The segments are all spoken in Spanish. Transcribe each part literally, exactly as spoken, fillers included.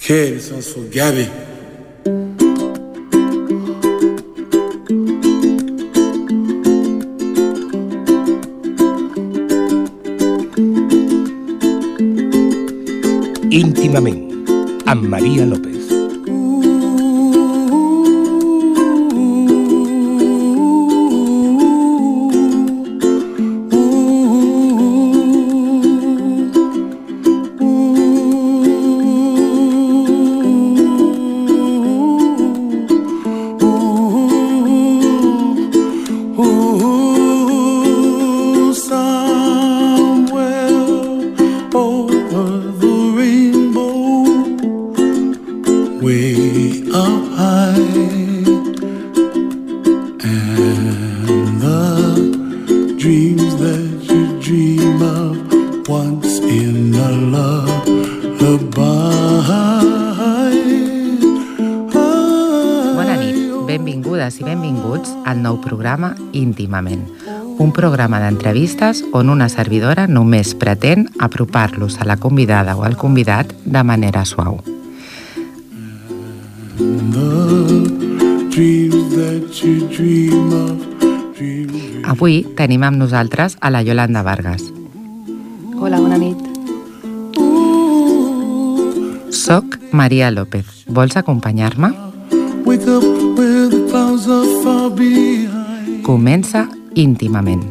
Che, sono su Gabi. Íntimament, amb Maria López. Programa Íntimament, un programa d'entrevistes on una servidora només pretén apropar-los a la convidada o al convidat de manera suau. Avui tenim amb nosaltres a la Yolanda Vargas. Hola, bona nit. Soc Maria López. Vols acompanyar-me? Comença Íntimament.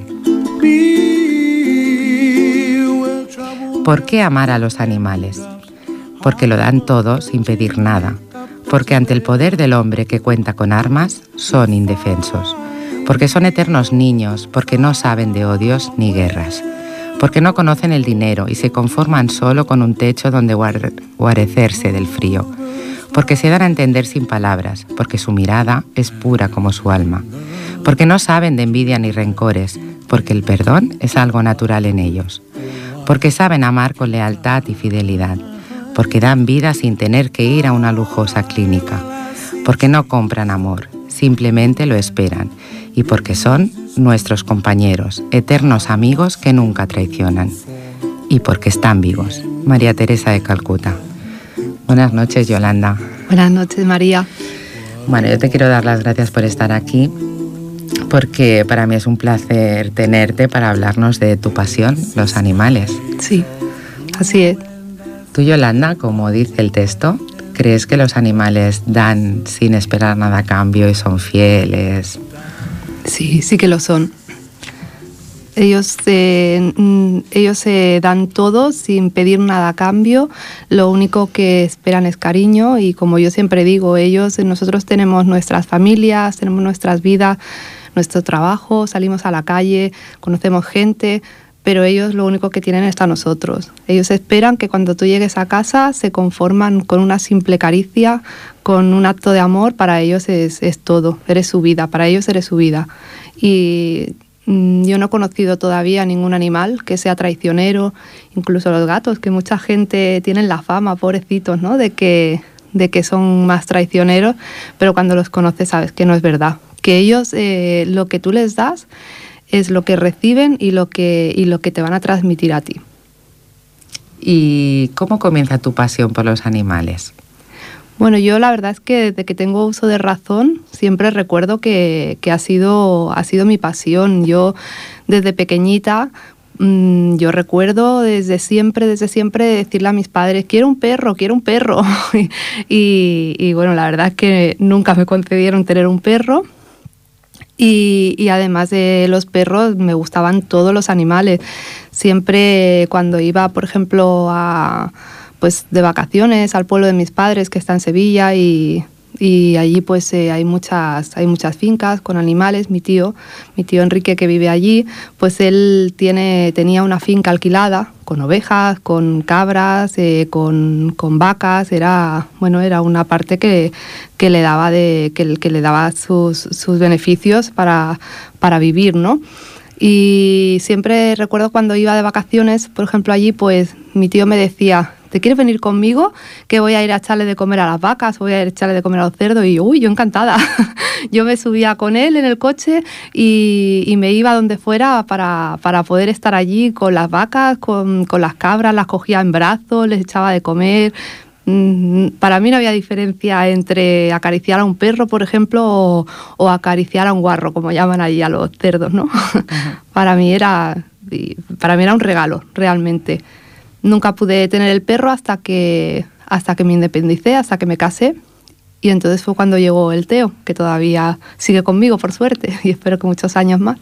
¿Por qué amar a los animales? Porque lo dan todo sin pedir nada. Porque ante el poder del hombre que cuenta con armas, son indefensos. Porque son eternos niños, porque no saben de odios ni guerras. Porque no conocen el dinero y se conforman solo con un techo donde guarecerse del frío. Porque se dan a entender sin palabras, porque su mirada es pura como su alma, porque no saben de envidia ni rencores, porque el perdón es algo natural en ellos, porque saben amar con lealtad y fidelidad, porque dan vida sin tener que ir a una lujosa clínica, porque no compran amor, simplemente lo esperan, y porque son nuestros compañeros, eternos amigos que nunca traicionan, y porque están vivos. María Teresa de Calcuta. Buenas noches, Yolanda. Buenas noches, María. Bueno, yo te quiero dar las gracias por estar aquí, porque para mí es un placer tenerte para hablarnos de tu pasión, los animales. Sí, así es. Tú, Yolanda, como dice el texto, ¿crees que los animales dan sin esperar nada a cambio y son fieles? Sí, sí que lo son. Ellos, eh, ellos se dan todo sin pedir nada a cambio, lo único que esperan es cariño y como yo siempre digo, ellos, nosotros tenemos nuestras familias, tenemos nuestras vidas, nuestro trabajo, salimos a la calle, conocemos gente, pero ellos lo único que tienen es a nosotros. Ellos esperan que cuando tú llegues a casa se conforman con una simple caricia, con un acto de amor, para ellos es, es todo, eres su vida, para ellos eres su vida. Y yo no he conocido todavía ningún animal que sea traicionero, incluso los gatos, que mucha gente tiene la fama, pobrecitos, ¿no? de, que, de que son más traicioneros, pero cuando los conoces sabes que no es verdad, que ellos eh, lo que tú les das es lo que reciben y lo que, y lo que te van a transmitir a ti. ¿Y cómo comienza tu pasión por los animales? Bueno, yo la verdad es que desde que tengo uso de razón siempre recuerdo que, que ha sido, ha sido mi pasión. Yo desde pequeñita, mmm, yo recuerdo desde siempre, desde siempre decirle a mis padres, quiero un perro, quiero un perro. y, y bueno, la verdad es que nunca me concedieron tener un perro. Y, y además de los perros me gustaban todos los animales. Siempre cuando iba, por ejemplo, a... pues de vacaciones al pueblo de mis padres que está en Sevilla y, y allí pues eh, hay muchas hay muchas fincas con animales. Mi tío, mi tío Enrique, que vive allí, pues él tiene tenía una finca alquilada con ovejas, con cabras, eh, con, con vacas. Era bueno era una parte que, que le daba de que, que le daba sus, sus beneficios para, para vivir, ¿no? Y siempre recuerdo cuando iba de vacaciones, por ejemplo, allí, pues mi tío me decía, ¿te quieres venir conmigo? Que voy a ir a echarle de comer a las vacas, voy a ir a echarle de comer a los cerdos. Y uy, yo encantada. Yo me subía con él en el coche y, y me iba donde fuera para, para poder estar allí con las vacas, con, con las cabras, las cogía en brazos, les echaba de comer. Para mí no había diferencia entre acariciar a un perro, por ejemplo, o, o acariciar a un guarro, como llaman ahí a los cerdos, ¿no? Uh-huh. Para mí era, para mí era un regalo, realmente. Nunca pude tener el perro hasta que, hasta que me independicé, hasta que me casé. Y entonces fue cuando llegó el Teo, que todavía sigue conmigo, por suerte, y espero que muchos años más.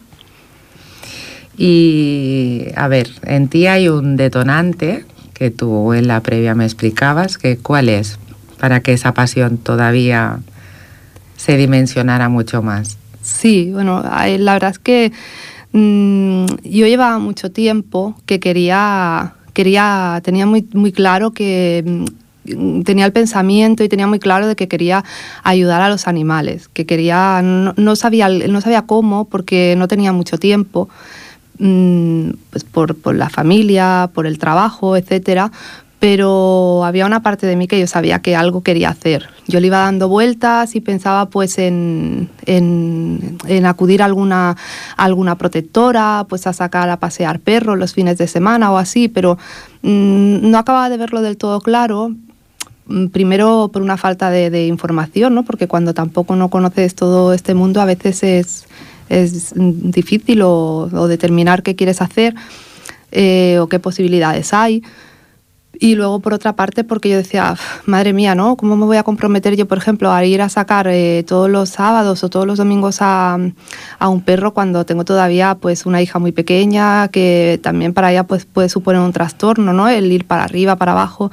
Y, a ver, en ti hay un detonante que tú en la previa me explicabas, que ¿cuál es? Para que esa pasión todavía se dimensionara mucho más. Sí, bueno, la verdad es que mmm, yo llevaba mucho tiempo que quería, quería tenía muy, muy claro que... Mmm, tenía el pensamiento y tenía muy claro de que quería ayudar a los animales, que quería, no, no sabía, no sabía cómo porque no tenía mucho tiempo, mmm, pues por, por la familia, por el trabajo, etcétera, pero había una parte de mí que yo sabía que algo quería hacer. Yo le iba dando vueltas y pensaba pues en, en, en acudir a alguna, a alguna protectora, pues a sacar a pasear perros los fines de semana o así, pero mmm, no acababa de verlo del todo claro. Primero por una falta de, de información, ¿no? Porque cuando tampoco no conoces todo este mundo a veces es, es difícil o, o determinar qué quieres hacer eh, o qué posibilidades hay. Y luego por otra parte porque yo decía, madre mía, ¿no? ¿Cómo me voy a comprometer yo, por ejemplo, a ir a sacar eh, todos los sábados o todos los domingos a, a un perro cuando tengo todavía pues una hija muy pequeña que también para ella pues puede suponer un trastorno, ¿no? El ir para arriba, para abajo.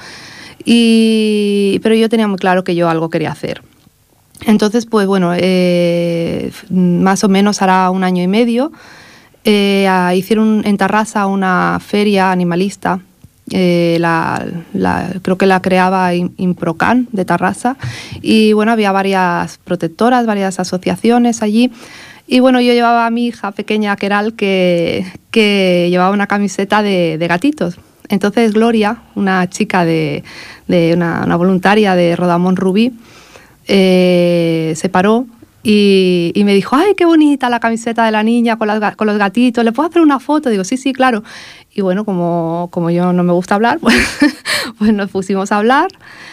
Y, pero yo tenía muy claro que yo algo quería hacer. Entonces, pues bueno, eh, más o menos hará un año y medio, eh, hicieron en Tarrasa una feria animalista, eh, la, la, creo que la creaba Improcan de Tarrasa, y bueno, había varias protectoras, varias asociaciones allí. Y bueno, yo llevaba a mi hija pequeña, Keral, que, que llevaba una camiseta de, de gatitos. Entonces Gloria, una chica de, de una, una voluntaria de Rodamón Rubí, eh, se paró y, y me dijo, ¡ay, qué bonita la camiseta de la niña con, las, con los gatitos! ¿Le puedo hacer una foto? Digo, sí, sí, claro. Y bueno, como, como yo no me gusta hablar, pues, pues nos pusimos a hablar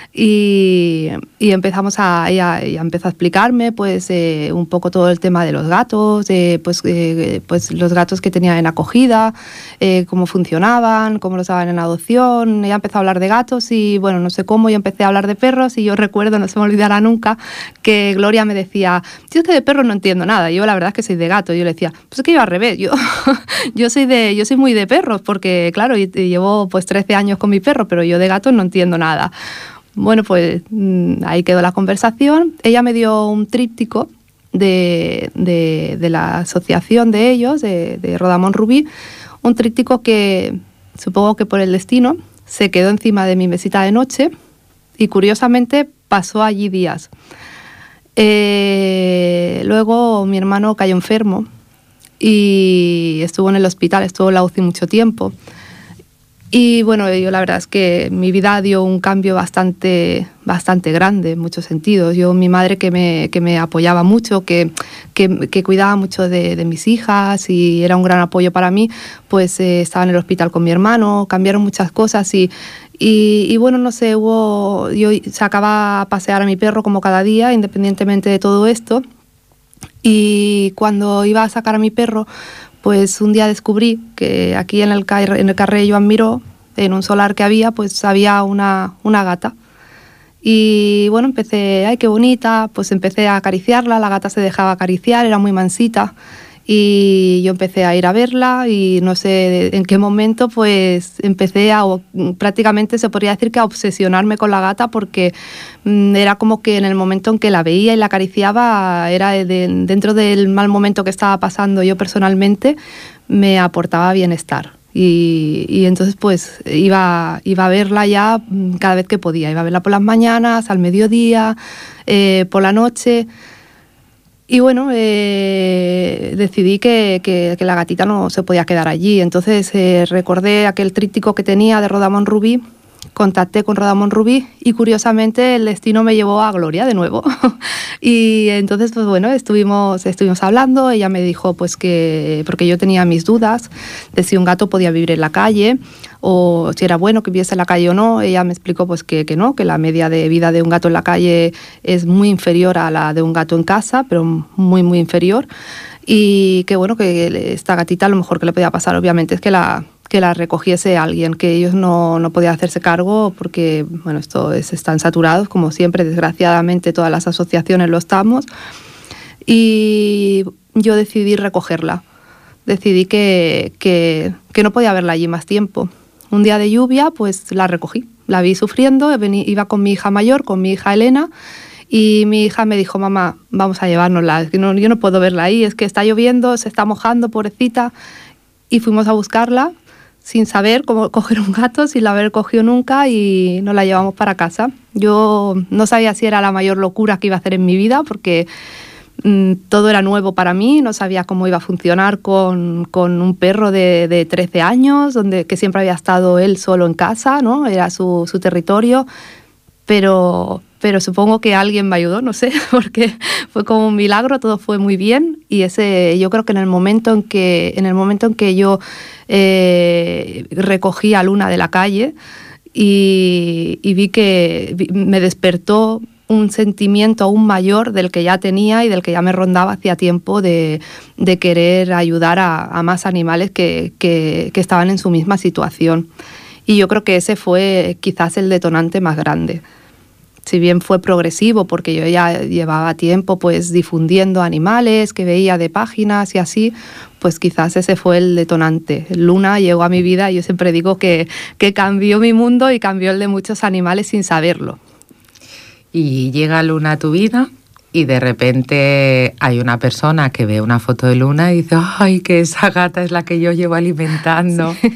y, y empezamos a, ella, ella empezó a explicarme pues, eh, un poco todo el tema de los gatos, eh, pues, eh, pues los gatos que tenía en acogida, eh, cómo funcionaban, cómo los daban en adopción. Ella empezó a hablar de gatos y bueno, no sé cómo, yo empecé a hablar de perros y yo recuerdo, no se me olvidará nunca, que Gloria me decía, yo es que de perros no entiendo nada, yo la verdad es que soy de gato. Yo le decía, pues es que yo al revés, yo, yo, soy, de, yo soy muy de perros, porque claro, y, y llevo pues trece años con mi perro, pero yo de gatos no entiendo nada. Bueno, pues ahí quedó la conversación. Ella me dio un tríptico de, de, de la asociación de ellos, de, de Rodamón Rubí, un tríptico que supongo que por el destino se quedó encima de mi mesita de noche y curiosamente pasó allí días. Eh, luego mi hermano cayó enfermo y estuvo en el hospital, estuvo en la U C I mucho tiempo. Y bueno, yo la verdad es que mi vida dio un cambio bastante, bastante grande en muchos sentidos. Yo, mi madre que me, que me apoyaba mucho, que, que, que cuidaba mucho de, de mis hijas y era un gran apoyo para mí, pues eh, estaba en el hospital con mi hermano, cambiaron muchas cosas y, y, y bueno, no sé, hubo, yo sacaba a pasear a mi perro como cada día, independientemente de todo esto. Y cuando iba a sacar a mi perro, pues un día descubrí que aquí en el, en el carrer Joan Miró, en un solar que había, pues había una, una gata. Y bueno, empecé, ¡ay, qué bonita! Pues empecé a acariciarla, la gata se dejaba acariciar, era muy mansita. Y yo empecé a ir a verla y no sé en qué momento pues empecé a, prácticamente se podría decir que a obsesionarme con la gata porque mmm, era como que en el momento en que la veía y la acariciaba, era de, dentro del mal momento que estaba pasando yo personalmente, me aportaba bienestar. Y, y entonces pues iba, iba a verla ya cada vez que podía, iba a verla por las mañanas, al mediodía, eh, por la noche. Y bueno, eh, decidí que, que, que la gatita no se podía quedar allí. Entonces eh, recordé aquel tríptico que tenía de Rodamón Rubí contacté con Rodamón Rubí y curiosamente el destino me llevó a Gloria de nuevo. Y entonces, pues bueno, estuvimos, estuvimos hablando, ella me dijo pues que, porque yo tenía mis dudas de si un gato podía vivir en la calle o si era bueno que viviese en la calle o no. Ella me explicó pues que, que no, que la media de vida de un gato en la calle es muy inferior a la de un gato en casa, pero muy, muy inferior. Y que bueno, que esta gatita lo mejor que le podía pasar obviamente es que la, que la recogiese alguien, que ellos no, no podían hacerse cargo porque, bueno, esto es, están saturados, como siempre, desgraciadamente todas las asociaciones lo estamos. Y yo decidí recogerla, decidí que, que, que no podía verla allí más tiempo. Un día de lluvia, pues la recogí, la vi sufriendo, iba con mi hija mayor, con mi hija Elena, y mi hija me dijo, mamá, vamos a llevárnosla, es que no, yo no puedo verla ahí, es que está lloviendo, se está mojando, pobrecita. Y fuimos a buscarla sin saber cómo coger un gato, sin la haber cogido nunca, y nos la llevamos para casa. Yo no sabía si era la mayor locura que iba a hacer en mi vida, porque mmm, todo era nuevo para mí, no sabía cómo iba a funcionar con, con un perro de, de trece años, donde, que siempre había estado él solo en casa, ¿no? Era su, su territorio, pero... pero supongo que alguien me ayudó, no sé, porque fue como un milagro, todo fue muy bien, y ese, yo creo que en el momento en que, en el momento en que yo eh, recogí a Luna de la calle y, y vi que vi, me despertó un sentimiento aún mayor del que ya tenía y del que ya me rondaba hacía tiempo de, de querer ayudar a, a más animales que, que, que estaban en su misma situación. Y yo creo que ese fue quizás el detonante más grande. Si bien fue progresivo, porque yo ya llevaba tiempo pues difundiendo animales que veía de páginas y así, pues quizás ese fue el detonante. Luna llegó a mi vida y yo siempre digo que, que cambió mi mundo y cambió el de muchos animales sin saberlo. Y llega Luna a tu vida y de repente hay una persona que ve una foto de Luna y dice, ¡ay, que esa gata es la que yo llevo alimentando! Sí.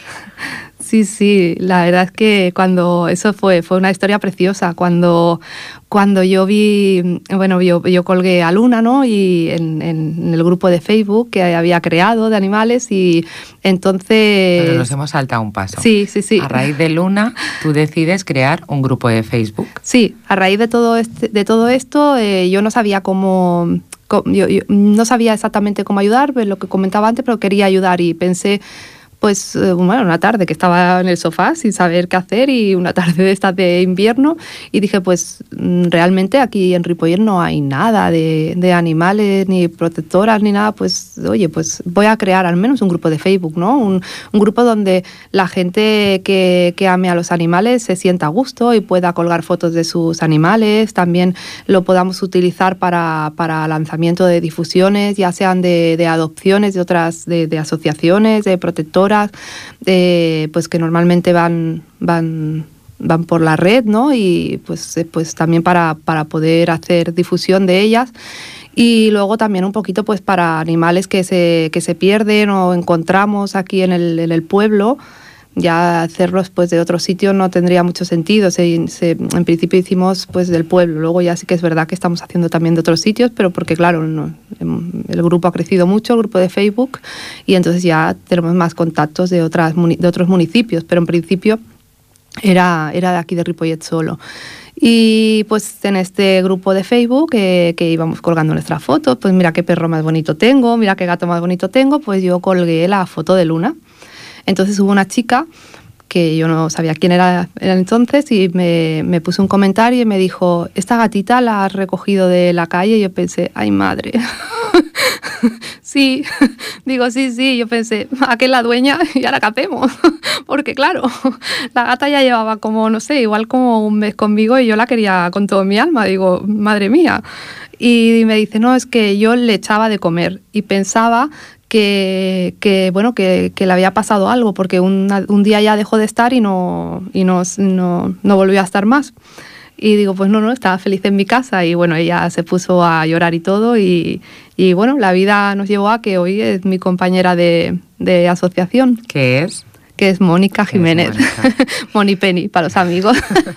Sí, sí, la verdad es que cuando eso fue, fue una historia preciosa, cuando, cuando yo vi, bueno, yo, yo colgué a Luna, ¿no? Y en, en el grupo de Facebook que había creado de animales y entonces... Pero nos hemos saltado un paso. Sí, sí, sí. A raíz de Luna, tú decides crear un grupo de Facebook. Sí, a raíz de todo, este, de todo esto, eh, yo no sabía cómo... Yo, yo no sabía exactamente cómo ayudar, lo que comentaba antes, pero quería ayudar y pensé... Pues bueno, una tarde que estaba en el sofá sin saber qué hacer y una tarde de estas de invierno y dije, pues realmente aquí en Ripollet no hay nada de, de animales, ni protectoras, ni nada, pues oye, pues voy a crear al menos un grupo de Facebook, ¿no? Un, un grupo donde la gente que, que ame a los animales se sienta a gusto y pueda colgar fotos de sus animales, también lo podamos utilizar para, para lanzamiento de difusiones, ya sean de, de adopciones de otras, de, de asociaciones, de protectoras, Eh, pues que normalmente van, van, van por la red, ¿no? Y pues, eh, pues también para, para poder hacer difusión de ellas. Y luego también un poquito pues para animales que se, que se pierden o encontramos aquí en el, en el pueblo. Ya hacerlos pues de otro sitio no tendría mucho sentido. Se, se, en principio hicimos pues del pueblo, luego ya sí que es verdad que estamos haciendo también de otros sitios, pero porque claro, no, el grupo ha crecido mucho, el grupo de Facebook, y entonces ya tenemos más contactos de, otras, de otros municipios, pero en principio era, era de aquí de Ripollet solo. Y pues en este grupo de Facebook eh, que íbamos colgando nuestras fotos, pues mira qué perro más bonito tengo, mira qué gato más bonito tengo, pues yo colgué la foto de Luna. Entonces hubo una chica que yo no sabía quién era, era entonces y me, me puso un comentario y me dijo, esta gatita la has recogido de la calle. Y yo pensé, ay madre, sí, digo sí, sí, yo pensé, ¿a qué es la dueña? Y ahora capemos, porque claro, la gata ya llevaba como, no sé, igual como un mes conmigo y yo la quería con todo mi alma, digo, madre mía. Y me dice, no, es que yo le echaba de comer y pensaba que, que bueno, que, que le había pasado algo, porque una, un día ya dejó de estar y no, y no, no, no volvió a estar más. Y digo, pues no, no, estaba feliz en mi casa. Y bueno, ella se puso a llorar y todo. Y, y bueno, la vida nos llevó a que hoy es mi compañera de, de asociación. ¿Qué es? Que es Mónica Jiménez. Moni Penny, para los amigos.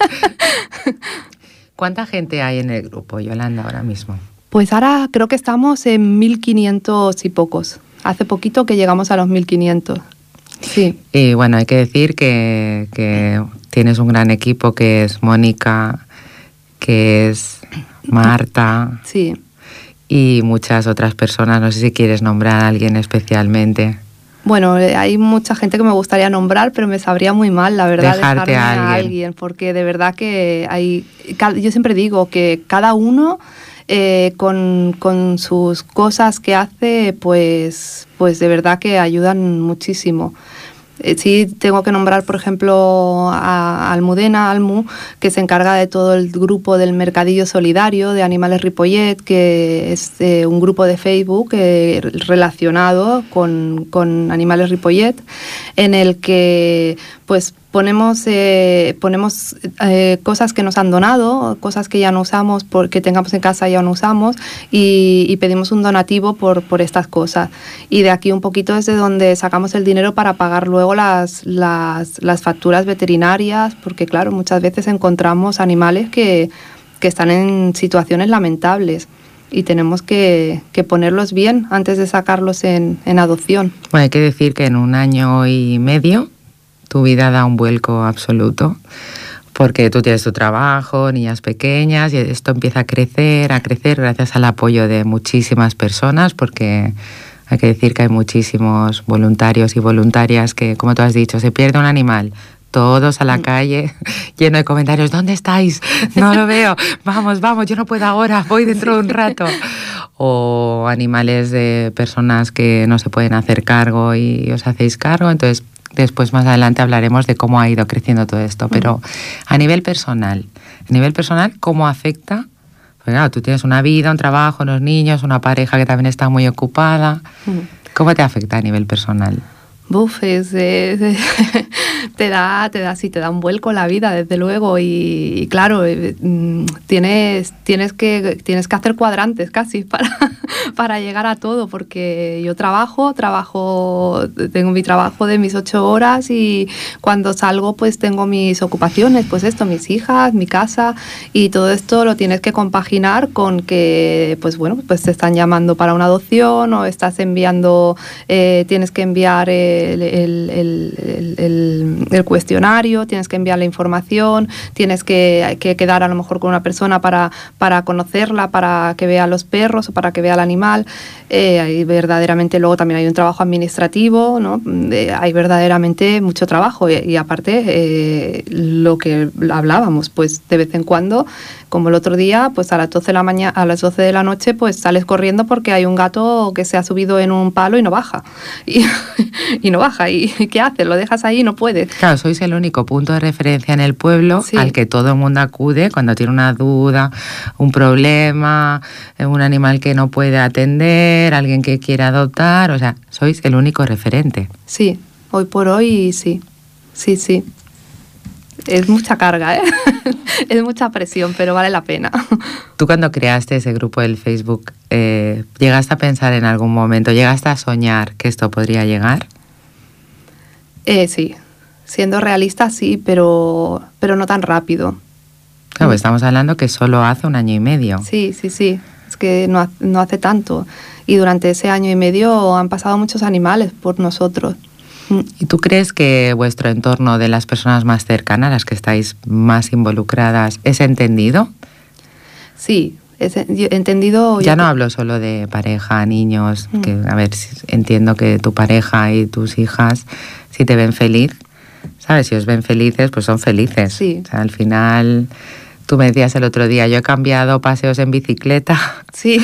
¿Cuánta gente hay en el grupo, Yolanda, ahora mismo? Pues ahora creo que estamos en mil quinientos y pocos. Hace poquito que llegamos a los mil quinientos. Sí. Y bueno, hay que decir que, que tienes un gran equipo que es Mónica, que es Marta. Sí. Y muchas otras personas. No sé si quieres nombrar a alguien especialmente. Bueno, hay mucha gente que me gustaría nombrar, pero me sabría muy mal, la verdad, dejarte dejarme a alguien. a alguien, porque de verdad que hay, yo siempre digo que cada uno eh, con, con sus cosas que hace, pues, pues de verdad que ayudan muchísimo. Eh, sí, tengo que nombrar, por ejemplo, a Almudena Almu, que se encarga de todo el grupo del Mercadillo Solidario de Animales Ripollet, que es eh, un grupo de Facebook eh, relacionado con, con Animales Ripollet, en el que pues ponemos, eh, ponemos eh, cosas que nos han donado, cosas que ya no usamos, por, que tengamos en casa ya no usamos, y, y pedimos un donativo por, por estas cosas. Y de aquí un poquito es de donde sacamos el dinero para pagar luego las, las, las facturas veterinarias, porque claro, muchas veces encontramos animales que, que están en situaciones lamentables y tenemos que, que ponerlos bien antes de sacarlos en, en adopción. Bueno, hay que decir que en un año y medio tu vida da un vuelco absoluto, porque tú tienes tu trabajo, niñas pequeñas, y esto empieza a crecer, a crecer gracias al apoyo de muchísimas personas, porque hay que decir que hay muchísimos voluntarios y voluntarias que, como tú has dicho, se pierde un animal, todos a la calle, lleno de comentarios, ¿dónde estáis? No lo veo, vamos, vamos, yo no puedo ahora, voy dentro de un rato. O animales de personas que no se pueden hacer cargo y os hacéis cargo, entonces después más adelante hablaremos de cómo ha ido creciendo todo esto, pero a nivel personal, a nivel personal, ¿cómo afecta? Pues claro, tú tienes una vida, un trabajo, unos niños, una pareja que también está muy ocupada. ¿Cómo te afecta a nivel personal? Buf, es, es, es, te da, te da, sí, te da un vuelco la vida, desde luego, y, y claro, eh, tienes, tienes que, tienes que hacer cuadrantes casi para, para llegar a todo, porque yo trabajo, trabajo, tengo mi trabajo de mis ocho horas y cuando salgo pues tengo mis ocupaciones, pues esto, mis hijas, mi casa, y todo esto lo tienes que compaginar con que, pues bueno, pues te están llamando para una adopción o estás enviando, eh, tienes que enviar eh, El, el, el, el, el cuestionario, tienes que enviar la información, tienes que, que quedar a lo mejor con una persona para, para conocerla, para que vea los perros o para que vea el animal. Eh, hay verdaderamente, luego también hay un trabajo administrativo, ¿no? Eh, hay verdaderamente mucho trabajo y, y aparte eh, lo que hablábamos, pues de vez en cuando, como el otro día, pues a las doce de la mañana, a las doce de la noche, pues sales corriendo porque hay un gato que se ha subido en un palo y no baja. Y, y no baja. ¿Y qué haces? ¿Lo dejas ahí? No puedes. Claro, sois el único punto de referencia en el pueblo, sí, al que todo el mundo acude cuando tiene una duda, un problema, un animal que no puede atender, alguien que quiere adoptar. O sea, sois el único referente. Sí, hoy por hoy sí. Sí, sí. Es mucha carga, ¿eh? Es mucha presión, pero vale la pena. Tú cuando creaste ese grupo del Facebook, eh, ¿llegaste a pensar en algún momento, llegaste a soñar que esto podría llegar? Eh, sí, siendo realista sí, pero, pero no tan rápido. Claro, mm. estamos hablando que solo hace un año y medio. Sí, sí, sí, es que no, no hace tanto. Y durante ese año y medio han pasado muchos animales por nosotros. ¿Y tú crees que vuestro entorno de las personas más cercanas, las que estáis más involucradas, es entendido? Sí, es entendido. Ya no te... hablo solo de pareja, niños, mm. que a ver, entiendo que tu pareja y tus hijas, si te ven feliz, ¿sabes? Si os ven felices, pues son felices. Sí. O sea, al final, tú me decías el otro día, yo he cambiado paseos en bicicleta. Sí.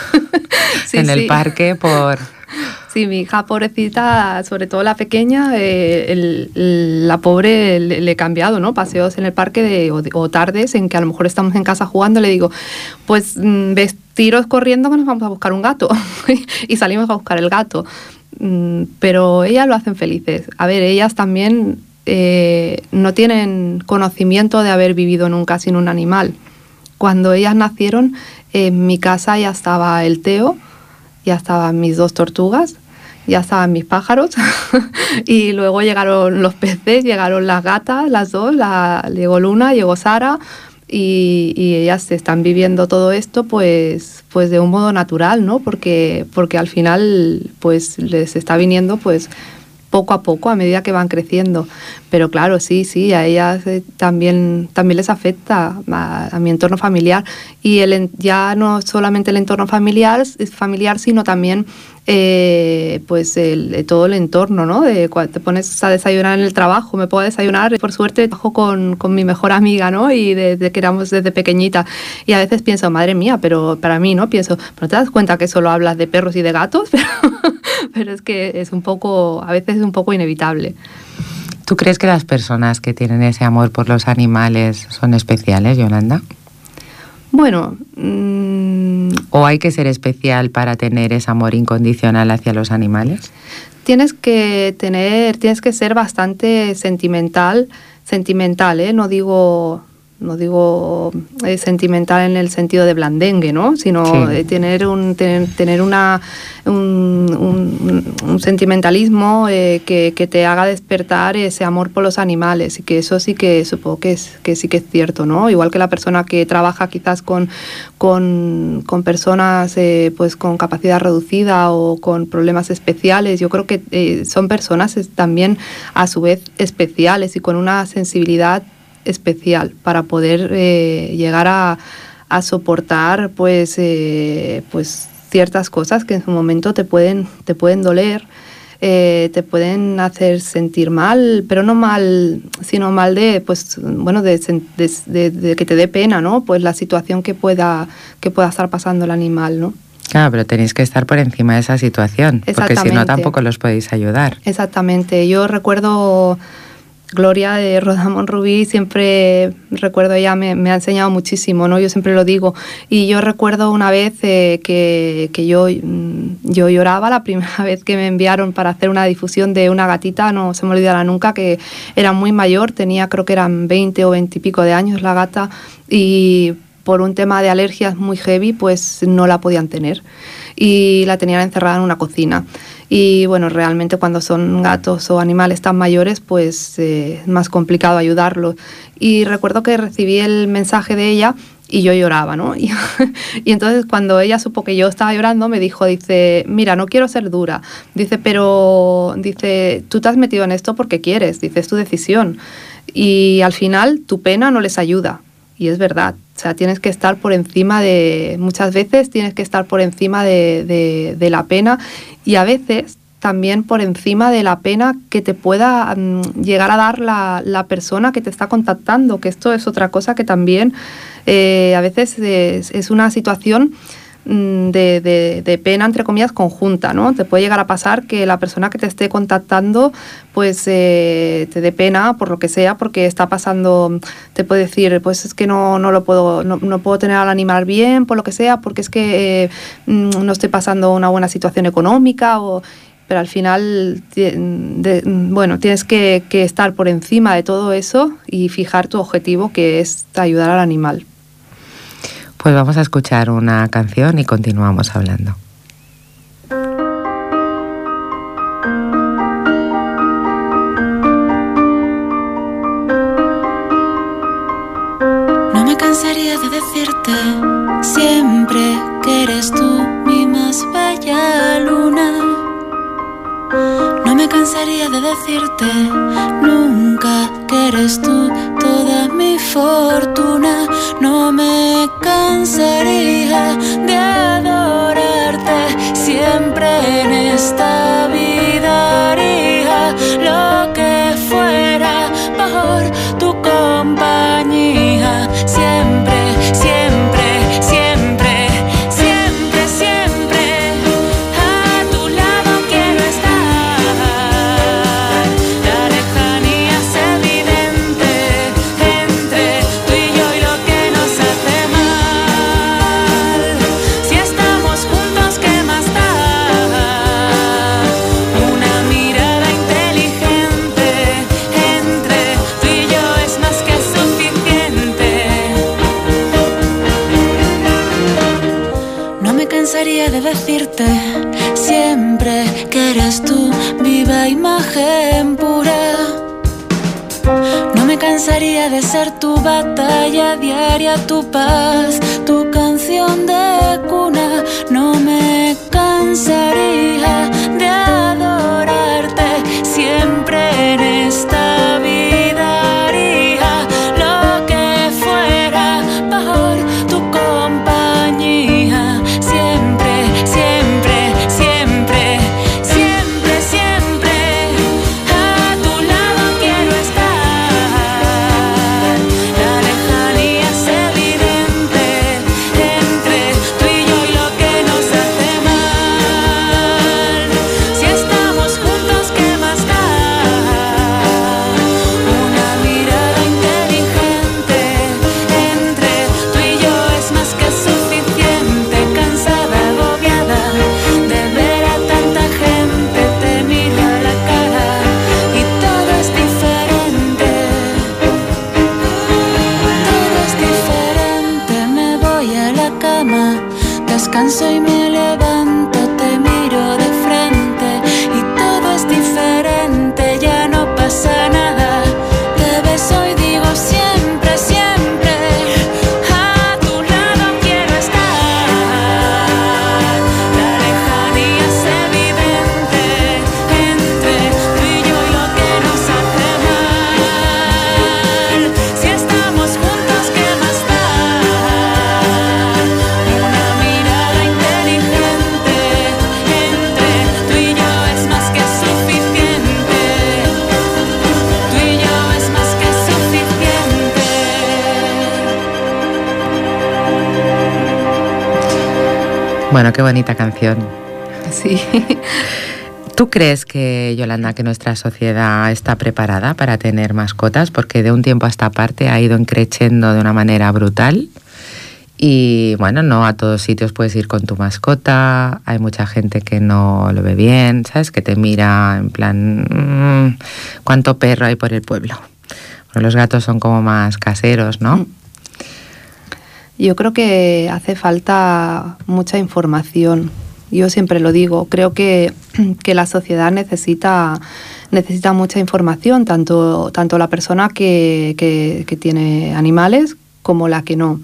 sí en el sí. parque por... Sí, mi hija pobrecita, sobre todo la pequeña, eh, el, el, la pobre le, le he cambiado, ¿no? Paseos en el parque de, o, de, o tardes en que a lo mejor estamos en casa jugando, le digo, pues ves tiros corriendo que nos vamos a buscar un gato y salimos a buscar el gato. Mm, pero ellas lo hacen felices. A ver, ellas también eh, no tienen conocimiento de haber vivido nunca sin un animal. Cuando ellas nacieron, en mi casa ya estaba el Teo, ya estaban mis dos tortugas, ya estaban mis pájaros y luego llegaron los peces, llegaron las gatas, las dos, la, llegó Luna, llegó Sara y, y ellas están viviendo todo esto pues, pues de un modo natural, ¿no? Porque, porque al final pues les está viniendo pues poco a poco, a medida que van creciendo. Pero claro, sí, sí, a ellas eh, también, también les afecta, a, a mi entorno familiar. Y el, ya no solamente el entorno familiar, familiar sino también eh, pues el, todo el entorno, ¿no? De cuando te pones a desayunar en el trabajo, me puedo desayunar, por suerte trabajo con, con mi mejor amiga, ¿no? Y desde que éramos desde pequeñita. Y a veces pienso, madre mía, pero para mí, ¿no? Pienso, ¿pero te das cuenta que solo hablas de perros y de gatos? Pero, pero es que es un poco, a veces es un poco inevitable. ¿Tú crees que las personas que tienen ese amor por los animales son especiales, Yolanda? Bueno... Mmm... ¿O hay que ser especial para tener ese amor incondicional hacia los animales? Tienes que tener, tienes que ser bastante sentimental, sentimental, ¿eh? No digo... no digo eh, sentimental en el sentido de blandengue, ¿no? Sino sí. eh, tener un tener, tener una un, un, un sentimentalismo eh, que, que te haga despertar ese amor por los animales, y que eso sí que supongo que es que sí que es cierto, ¿no? Igual que la persona que trabaja quizás con con, con personas eh, pues con capacidad reducida o con problemas especiales, yo creo que eh, son personas también a su vez especiales y con una sensibilidad especial para poder eh, llegar a, a soportar pues eh, pues ciertas cosas que en su momento te pueden te pueden doler, eh, te pueden hacer sentir mal, pero no mal sino mal de pues bueno de, de, de, de que te dé pena, ¿no? Pues la situación que pueda que pueda estar pasando el animal, ¿no? Claro, pero tenéis que estar por encima de esa situación, porque si no tampoco los podéis ayudar. Exactamente. Yo recuerdo Gloria de Rodamón Rubí, siempre recuerdo, ella me, me ha enseñado muchísimo, ¿no? Yo siempre lo digo. Y yo recuerdo una vez eh, que, que yo, yo lloraba la primera vez que me enviaron para hacer una difusión de una gatita, no se me olvidará nunca, que era muy mayor, tenía creo que eran veinte o veinte y pico de años la gata, y por un tema de alergias muy heavy, pues no la podían tener. Y la tenían encerrada en una cocina. Y bueno, realmente cuando son gatos o animales tan mayores, pues eh, es más complicado ayudarlos. Y recuerdo que recibí el mensaje de ella y yo lloraba, ¿no? Y, y entonces cuando ella supo que yo estaba llorando, me dijo, dice, mira, no quiero ser dura. Dice, pero, dice, tú te has metido en esto porque quieres, dice, es tu decisión. Y al final tu pena no les ayuda. Y es verdad. O sea, tienes que estar por encima de... Muchas veces tienes que estar por encima de, de, de la pena, y a veces también por encima de la pena que te pueda um, llegar a dar la, la persona que te está contactando, que esto es otra cosa que también eh, a veces es, es una situación De, de, de pena, entre comillas, conjunta, ¿no? Te puede llegar a pasar que la persona que te esté contactando pues eh, te dé pena por lo que sea, porque está pasando, te puede decir, pues es que no, no lo puedo, no, no puedo tener al animal bien, por lo que sea, porque es que eh, no estoy pasando una buena situación económica, o... pero al final, de, bueno, tienes que, que estar por encima de todo eso y fijar tu objetivo, que es ayudar al animal. Pues vamos a escuchar una canción y continuamos hablando. No me cansaría de decirte siempre que eres tú mi más bella luna. No me cansaría de decirte nunca que eres tú toda mi fortuna. No me cansaría de adorarte, siempre en esta vida haría lo que fuera por tu compañía. Siempre, siempre, siempre, siempre, siempre a tu lado quiero estar. La lejanía es evidente entre tú y yo y lo que nos hace mal. Si estamos juntos, ¿qué más da? Una mirada inteligente entre tú y yo es más que suficiente. No me cansaría de decirte siempre que eres tú viva imagen pura. No me cansaría de ser tu batalla diaria, tu paz, tu canción de cuna. No me cansaría de adorarte. Si canso y me levanto, te miro de frente y todo es diferente, ya no pasa nada. Te beso y digo siempre, siempre, a tu lado quiero estar. La lejanía es evidente entre tú y yo y lo que nos hace mal. Si estamos juntos, ¿qué más da? Una mirada inteligente entre tú y yo es más que suficiente. Tú y yo es más que suficiente. Bueno, qué bonita canción. Sí. ¿Tú crees que, Yolanda, que nuestra sociedad está preparada para tener mascotas? Porque de un tiempo a esta parte ha ido creciendo de una manera brutal. Y bueno, no a todos sitios puedes ir con tu mascota. Hay mucha gente que no lo ve bien, ¿sabes? Que te mira en plan, mmm, ¿cuánto perro hay por el pueblo? Bueno, los gatos son como más caseros, ¿no? Yo creo que hace falta mucha información. Yo siempre lo digo, creo que, que la sociedad necesita, necesita mucha información, tanto, tanto la persona que, que, que tiene animales como la que no.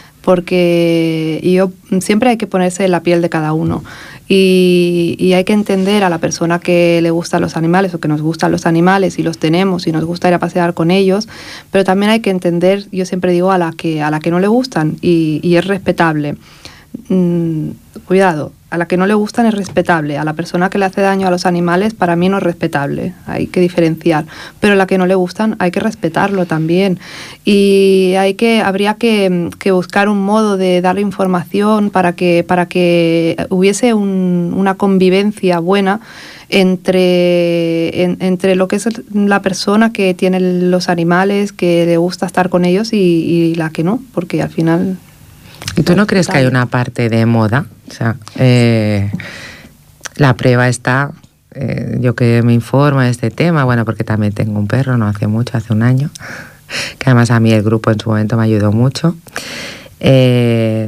Porque yo, siempre hay que ponerse en la piel de cada uno y, y hay que entender a la persona que le gustan los animales o que nos gustan los animales y los tenemos y nos gusta ir a pasear con ellos, pero también hay que entender, yo siempre digo, a la que, a la que no le gustan y, y es respetable. Mm, cuidado, a la que no le gustan es respetable, a la persona que le hace daño a los animales para mí no es respetable, hay que diferenciar, pero a la que no le gustan hay que respetarlo también y hay que, habría que, que buscar un modo de dar información para que, para que hubiese un, una convivencia buena entre, en, entre lo que es la persona que tiene los animales, que le gusta estar con ellos y, y la que no, porque al final... ¿Y tú no crees que hay una parte de moda? O sea, eh, la prueba está, eh, yo que me informo de este tema, bueno, porque también tengo un perro, no hace mucho, hace un año, que además a mí el grupo en su momento me ayudó mucho. Eh,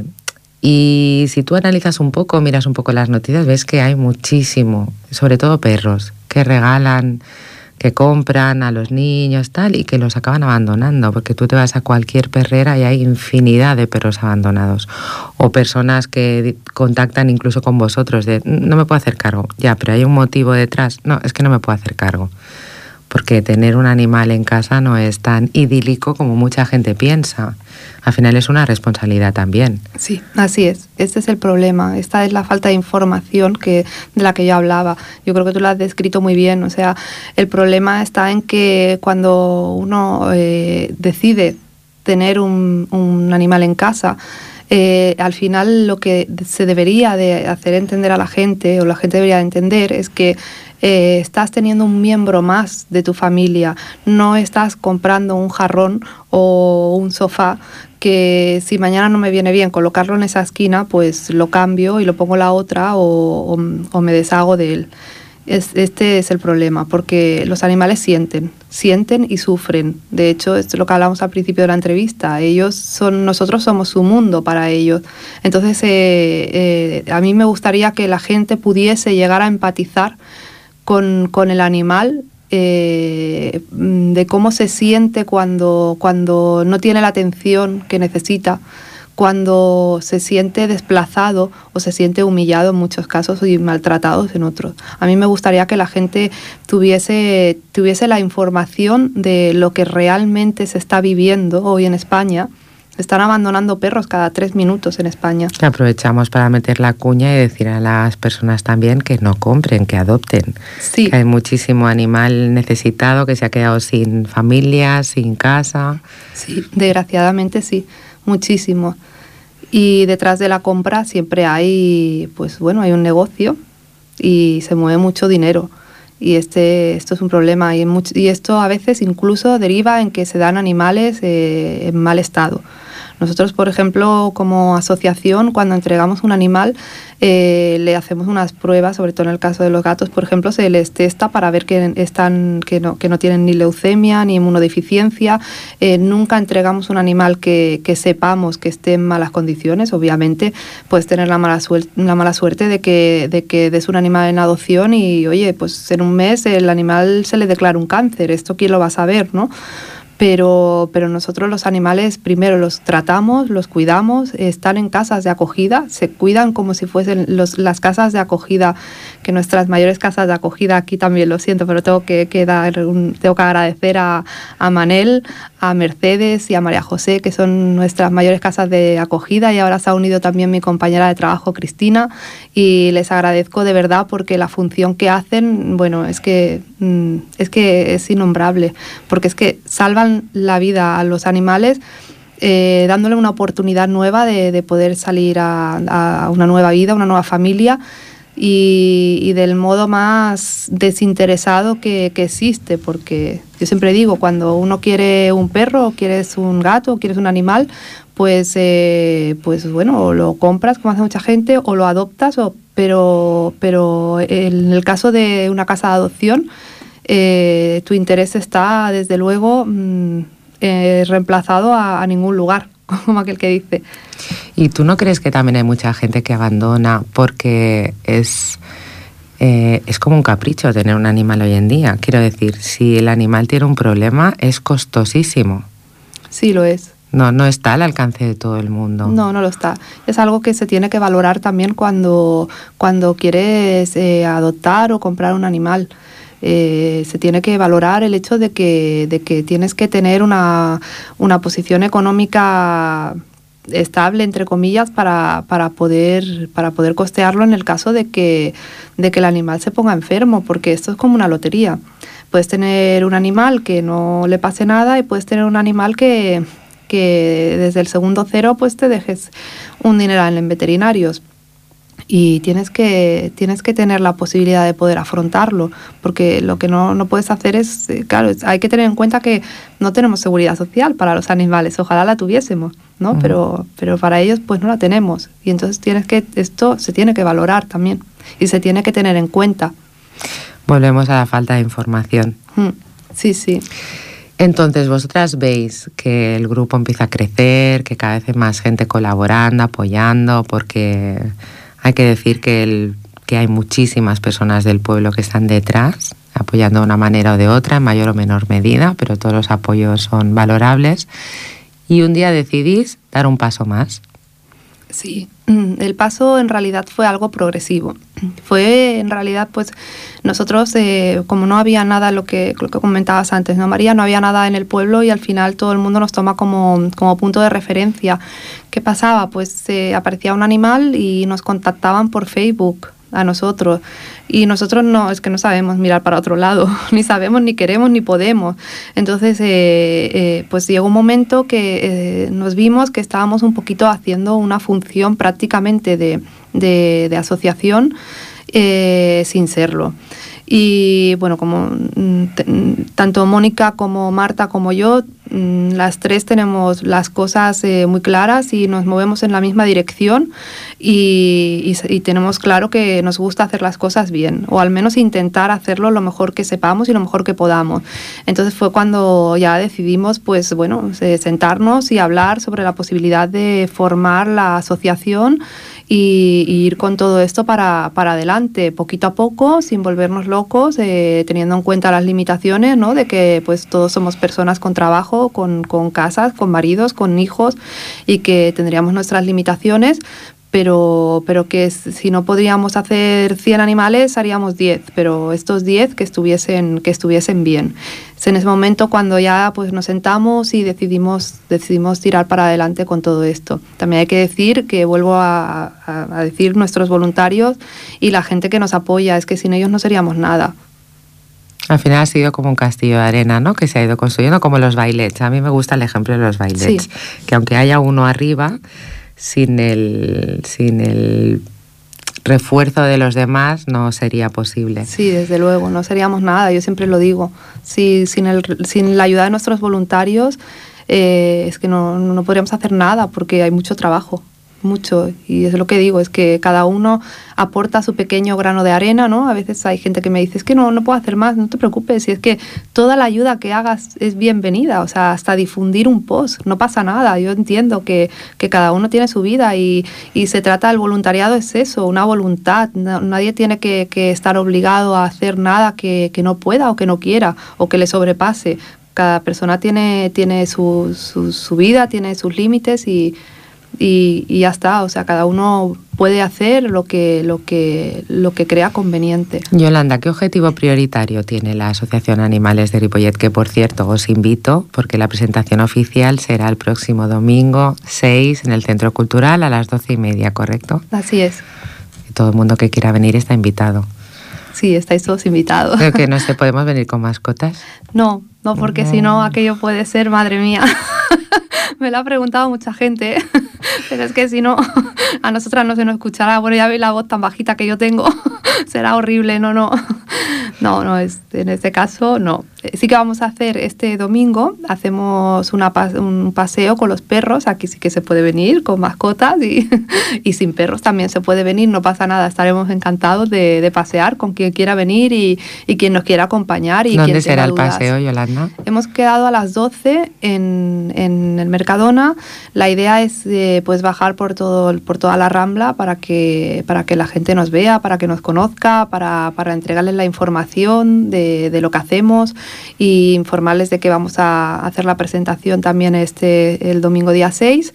y si tú analizas un poco, miras un poco las noticias, ves que hay muchísimo, sobre todo perros, que regalan, que compran a los niños tal y que los acaban abandonando, porque tú te vas a cualquier perrera y hay infinidad de perros abandonados o personas que contactan incluso con vosotros de no me puedo hacer cargo, ya, pero hay un motivo detrás, no, es que no me puedo hacer cargo, porque tener un animal en casa no es tan idílico como mucha gente piensa. Al final es una responsabilidad también. Sí, así es. Este es el problema. Esta es la falta de información que, de la que yo hablaba. Yo creo que tú la has descrito muy bien. O sea, el problema está en que cuando uno eh, decide tener un, un animal en casa, Eh, al final lo que se debería de hacer entender a la gente, o la gente debería de entender, es que eh, estás teniendo un miembro más de tu familia, no estás comprando un jarrón o un sofá que si mañana no me viene bien colocarlo en esa esquina, pues lo cambio y lo pongo en la otra o, o, o me deshago de él. Es, este es el problema, porque los animales sienten, sienten y sufren. De hecho, esto es lo que hablamos al principio de la entrevista. Ellos son, nosotros somos su mundo para ellos. Entonces, eh, eh, a mí me gustaría que la gente pudiese llegar a empatizar con, con el animal, eh, de cómo se siente cuando, cuando no tiene la atención que necesita, cuando se siente desplazado o se siente humillado en muchos casos y maltratados en otros. A mí me gustaría que la gente tuviese, tuviese la información de lo que realmente se está viviendo hoy en España. Están abandonando perros cada tres minutos en España. Aprovechamos para meter la cuña y decir a las personas también que no compren, que adopten. Sí. Que hay muchísimo animal necesitado que se ha quedado sin familia, sin casa. Sí, desgraciadamente sí. Muchísimo. Y detrás de la compra siempre hay, pues bueno, hay un negocio y se mueve mucho dinero. Y este, esto es un problema. Y, mucho, y esto a veces incluso deriva en que se dan animales eh, en mal estado. Nosotros, por ejemplo, como asociación, cuando entregamos un animal, eh, le hacemos unas pruebas, sobre todo en el caso de los gatos, por ejemplo, se les testa para ver que, están, que, no, que no tienen ni leucemia ni inmunodeficiencia. Eh, nunca entregamos un animal que, que sepamos que esté en malas condiciones. Obviamente, puedes tener la mala, suerte, la mala suerte de que, de que des un animal en adopción y, oye, pues en un mes el animal se le declara un cáncer. Esto quién lo va a saber, ¿no? Pero, pero nosotros los animales primero los tratamos, los cuidamos, están en casas de acogida, se cuidan como si fuesen los, las casas de acogida, que nuestras mayores casas de acogida, aquí también lo siento, pero tengo que, que, dar un, tengo que agradecer a, a Manel, a Mercedes y a María José, que son nuestras mayores casas de acogida, y ahora se ha unido también mi compañera de trabajo, Cristina, y les agradezco de verdad porque la función que hacen, bueno, es que, es que es innombrable, porque es que salvan la vida a los animales, eh, dándole una oportunidad nueva de, de poder salir a, a una nueva vida, una nueva familia, y, y del modo más desinteresado que, que existe, porque yo siempre digo, cuando uno quiere un perro, o quieres un gato, o quieres un animal, pues, eh, pues bueno, o lo compras como hace mucha gente, o lo adoptas, o, pero, pero en el caso de una casa de adopción, Eh, tu interés está, desde luego, mmm, eh, reemplazado a, a ningún lugar, como aquel que dice. ¿Y tú no crees que también hay mucha gente que abandona porque es, eh, es como un capricho tener un animal hoy en día? Quiero decir, si el animal tiene un problema, es costosísimo. Sí, lo es. No, no está al alcance de todo el mundo. No, no lo está. Es algo que se tiene que valorar también cuando, cuando quieres eh, adoptar o comprar un animal. Eh, se tiene que valorar el hecho de que, de que tienes que tener una, una posición económica estable, entre comillas, para, para, poder, para poder costearlo en el caso de que, de que el animal se ponga enfermo, porque esto es como una lotería. Puedes tener un animal que no le pase nada y puedes tener un animal que, que desde el segundo cero pues te dejes un dineral en veterinarios. Y tienes que, tienes que tener la posibilidad de poder afrontarlo, porque lo que no, no puedes hacer es, claro, hay que tener en cuenta que no tenemos seguridad social para los animales, ojalá la tuviésemos, ¿no? Uh-huh. Pero, pero para ellos pues no la tenemos, y entonces tienes que, esto se tiene que valorar también, y se tiene que tener en cuenta. Volvemos a la falta de información. Mm, sí, sí. Entonces, vosotras veis que el grupo empieza a crecer, que cada vez hay más gente colaborando, apoyando, porque hay que decir que, el, que hay muchísimas personas del pueblo que están detrás, apoyando de una manera o de otra, en mayor o menor medida, pero todos los apoyos son valorables. Y un día decidís dar un paso más. Sí, el paso en realidad fue algo progresivo. Fue en realidad, pues, nosotros, eh, como no había nada, lo que, lo que comentabas antes, ¿no, María? No había nada en el pueblo y al final todo el mundo nos toma como, como punto de referencia. ¿Qué pasaba? Pues eh, aparecía un animal y nos contactaban por Facebook a nosotros, y nosotros no, es que no sabemos mirar para otro lado, ni sabemos, ni queremos, ni podemos. Entonces, eh, eh, pues llegó un momento que eh, nos vimos que estábamos un poquito haciendo una función prácticamente de, de, de asociación eh, sin serlo. Y bueno, como t- tanto Mónica como Marta como yo, las tres tenemos las cosas eh, muy claras y nos movemos en la misma dirección, y, y, y tenemos claro que nos gusta hacer las cosas bien, o al menos intentar hacerlo lo mejor que sepamos y lo mejor que podamos. Entonces fue cuando ya decidimos, pues bueno, sentarnos y hablar sobre la posibilidad de formar la asociación y, y ir con todo esto para, para adelante, poquito a poco, sin volvernos locos, eh, teniendo en cuenta las limitaciones, ¿no? De que pues todos somos personas con trabajo, con, con casas, con maridos, con hijos, y que tendríamos nuestras limitaciones, pero, pero que si no podríamos hacer cien animales, haríamos diez, pero estos diez que estuviesen, que estuviesen bien. Es en ese momento cuando ya pues nos sentamos y decidimos, decidimos tirar para adelante con todo esto. También hay que decir que, vuelvo a, a, a decir, nuestros voluntarios y la gente que nos apoya, es que sin ellos no seríamos nada. Al final ha sido como un castillo de arena, ¿no? Que se ha ido construyendo, como los bailets. A mí me gusta el ejemplo de los bailets. Sí. Que aunque haya uno arriba, sin el, sin el refuerzo de los demás no sería posible. Sí, desde luego, no seríamos nada, yo siempre lo digo. Sí, sin, el, sin la ayuda de nuestros voluntarios, eh, es que no, no podríamos hacer nada porque hay mucho trabajo. Mucho, y es lo que digo, es que cada uno aporta su pequeño grano de arena, ¿no? A veces hay gente que me dice, es que no, no puedo hacer más, no te preocupes, si es que toda la ayuda que hagas es bienvenida, o sea, hasta difundir un post, no pasa nada, yo entiendo que, que cada uno tiene su vida y, y se trata, el voluntariado es eso, una voluntad, no, nadie tiene que, que estar obligado a hacer nada que, que no pueda o que no quiera o que le sobrepase, cada persona tiene, tiene su, su, su vida, tiene sus límites y Y, y ya está, o sea, cada uno puede hacer lo que, lo que, lo que crea conveniente. Yolanda, ¿qué objetivo prioritario tiene la Asociación Animales de Ripollet? Que, por cierto, os invito, porque la presentación oficial será el próximo domingo seis en el Centro Cultural a las doce y media, ¿correcto? Así es. Y todo el mundo que quiera venir está invitado. Sí, estáis todos invitados. Creo que no sé, ¿podemos venir con mascotas? No, no, porque no. Si no, aquello puede ser, madre mía. Me lo ha preguntado mucha gente, pero es que si no, a nosotras no se nos escuchará. Bueno, ya veis la voz tan bajita que yo tengo, será horrible, no, no. No, no, es, en este caso no. Sí que vamos a hacer este domingo, hacemos una, un paseo con los perros, aquí sí que se puede venir con mascotas y, y sin perros también se puede venir, no pasa nada, estaremos encantados de, de pasear con quien quiera venir y, y quien nos quiera acompañar. Y ¿Dónde quien será el dudas. paseo, Yolanda? Hemos quedado a las doce en, en el Mercadona. La idea es eh, pues bajar por, todo, por toda la Rambla para que, para que la gente nos vea, para que nos conozca, para, para entregarles la información de, de lo que hacemos y informarles de que vamos a hacer la presentación también este el domingo día seis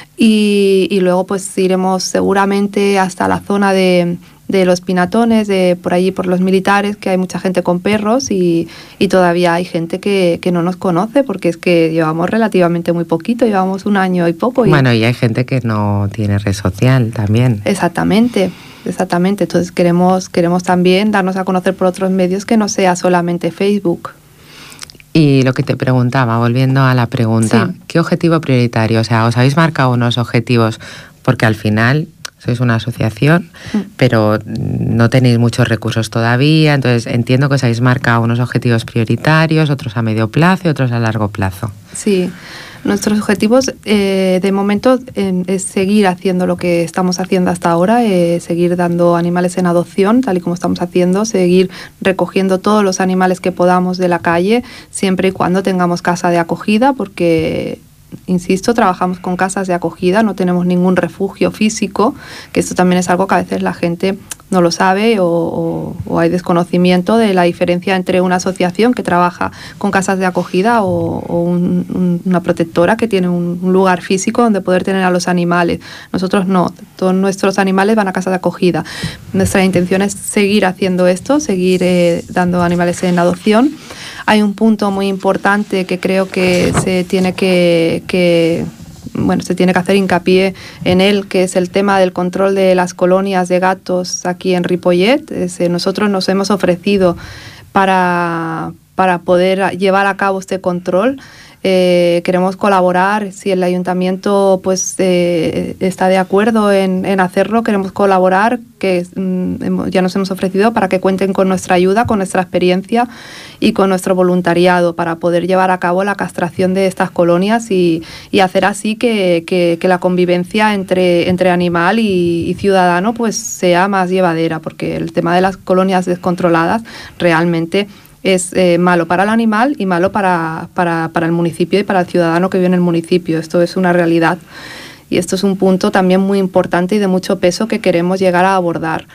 y, y luego pues iremos seguramente hasta la zona de, de los Pinatones, de por allí por los militares, que hay mucha gente con perros y, y todavía hay gente que, que no nos conoce porque es que llevamos relativamente muy poquito, llevamos un año y poco. Y bueno, y hay gente que no tiene red social también. Exactamente. Exactamente, entonces queremos, queremos también darnos a conocer por otros medios que no sea solamente Facebook. Y lo que te preguntaba, volviendo a la pregunta, sí. ¿Qué objetivo prioritario? O sea, ¿os habéis marcado unos objetivos? Porque al final sois una asociación, mm. pero no tenéis muchos recursos todavía, entonces entiendo que os habéis marcado unos objetivos prioritarios, otros a medio plazo y otros a largo plazo. Sí. Nuestros objetivos eh, de momento eh, es seguir haciendo lo que estamos haciendo hasta ahora, eh, seguir dando animales en adopción, tal y como estamos haciendo, seguir recogiendo todos los animales que podamos de la calle, siempre y cuando tengamos casa de acogida, porque insisto, trabajamos con casas de acogida, no tenemos ningún refugio físico, que esto también es algo que a veces la gente no lo sabe o, o, o hay desconocimiento de la diferencia entre una asociación que trabaja con casas de acogida o, o un, un, una protectora que tiene un, un lugar físico donde poder tener a los animales. Nosotros no, todos nuestros animales van a casas de acogida. Nuestra intención es seguir haciendo esto, seguir eh, dando animales en adopción. Hay un punto muy importante que creo que se tiene que, que bueno, se tiene que hacer hincapié en él, que es el tema del control de las colonias de gatos aquí en Ripollet. Es, eh, nosotros nos hemos ofrecido para, para poder llevar a cabo este control. Eh, queremos colaborar, si el ayuntamiento pues eh, está de acuerdo en, en hacerlo, queremos colaborar, que mm, ya nos hemos ofrecido para que cuenten con nuestra ayuda, con nuestra experiencia y con nuestro voluntariado para poder llevar a cabo la castración de estas colonias y, y hacer así que, que, que la convivencia entre, entre animal y, y ciudadano pues sea más llevadera, porque el tema de las colonias descontroladas realmente es eh, malo para el animal y malo para, para, para el municipio y para el ciudadano que vive en el municipio. Esto es una realidad y esto es un punto también muy importante y de mucho peso que queremos llegar a abordar.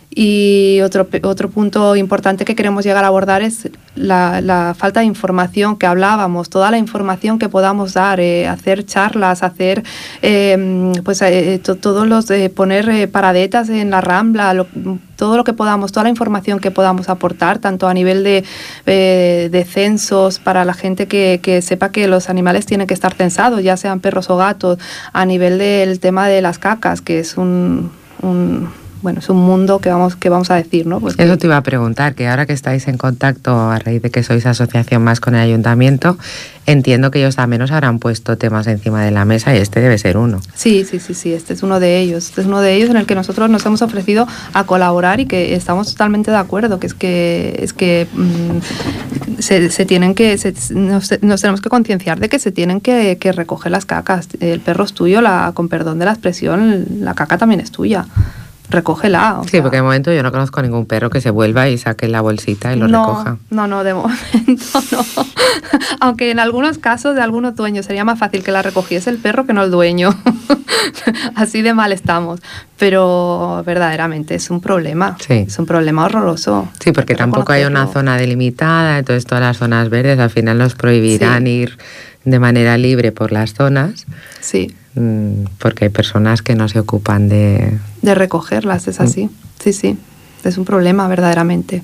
Y otro, otro punto importante que queremos llegar a abordar es la, la falta de información que hablábamos, toda la información que podamos dar, eh, hacer charlas, hacer eh, pues eh, to, todos los eh, poner eh, paradetas en la Rambla, lo, todo lo que podamos, toda la información que podamos aportar, tanto a nivel de, eh, de censos para la gente que, que sepa que los animales tienen que estar censados, ya sean perros o gatos, a nivel del tema de las cacas, que es un, un bueno, es un mundo que vamos, que vamos a decir, ¿no? Pues eso te iba a preguntar, que ahora que estáis en contacto a raíz de que sois asociación más con el ayuntamiento, entiendo que ellos también os habrán puesto temas encima de la mesa y este debe ser uno. Sí, sí, sí, sí, este es uno de ellos. Este es uno de ellos en el que nosotros nos hemos ofrecido a colaborar y que estamos totalmente de acuerdo, que es que, es que mmm, se, se tienen que, se, nos, nos tenemos que concienciar de que se tienen que, que recoger las cacas. El perro es tuyo, la, con perdón de la expresión, la caca también es tuya. Recógela. O sí, sea. Porque de momento yo no conozco a ningún perro que se vuelva y saque la bolsita y lo no, recoja. No, no, de momento no. Aunque en algunos casos de algunos dueños sería más fácil que la recogiese el perro que no el dueño. Así de mal estamos. Pero verdaderamente es un problema. Sí. Es un problema horroroso. Sí, porque tampoco hay una zona delimitada, entonces todas las zonas verdes al final nos prohibirán sí. ir de manera libre por las zonas. Sí. Porque hay personas que no se ocupan de... De recogerlas, es así. Sí, sí. Es un problema, verdaderamente.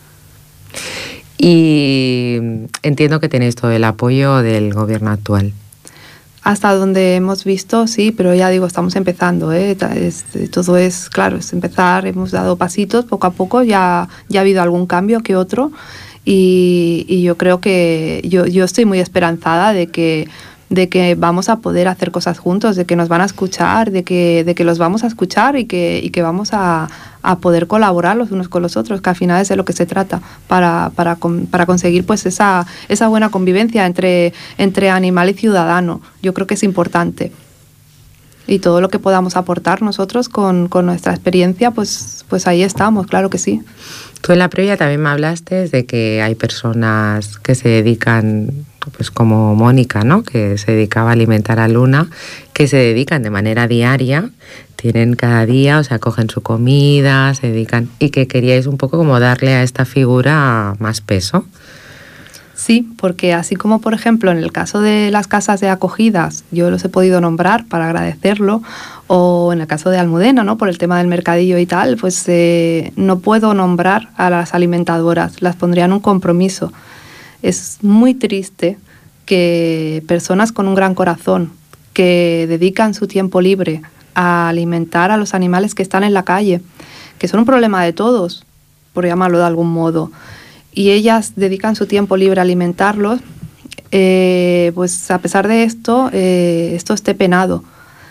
Y entiendo que tenéis todo el apoyo del gobierno actual. Hasta donde hemos visto, sí, pero ya digo, estamos empezando, ¿eh? Es, todo es, claro, es empezar, hemos dado pasitos poco a poco, ya, ya ha habido algún cambio que otro y, y yo creo que yo, yo estoy muy esperanzada de que de que vamos a poder hacer cosas juntos, de que nos van a escuchar, de que, de que los vamos a escuchar y que, y que vamos a, a poder colaborar los unos con los otros, que al final es de lo que se trata, para, para, para conseguir pues esa, esa buena convivencia entre, entre animal y ciudadano. Yo creo que es importante. Y todo lo que podamos aportar nosotros con, con nuestra experiencia, pues, pues ahí estamos, claro que sí. Tú en la previa también me hablaste de que hay personas que se dedican, pues como Mónica, ¿no? Que se dedicaba a alimentar a Luna, que se dedican de manera diaria, tienen cada día, o sea, cogen su comida, se dedican, y que queríais un poco como darle a esta figura más peso. Sí, porque así como, por ejemplo, en el caso de las casas de acogidas, yo los he podido nombrar para agradecerlo, o en el caso de Almudena, ¿no? Por el tema del mercadillo y tal, pues eh, no puedo nombrar a las alimentadoras, las pondría en un compromiso. Es muy triste que personas con un gran corazón, que dedican su tiempo libre a alimentar a los animales que están en la calle, que son un problema de todos, por llamarlo de algún modo, y ellas dedican su tiempo libre a alimentarlos, eh, pues a pesar de esto, eh, esto esté penado.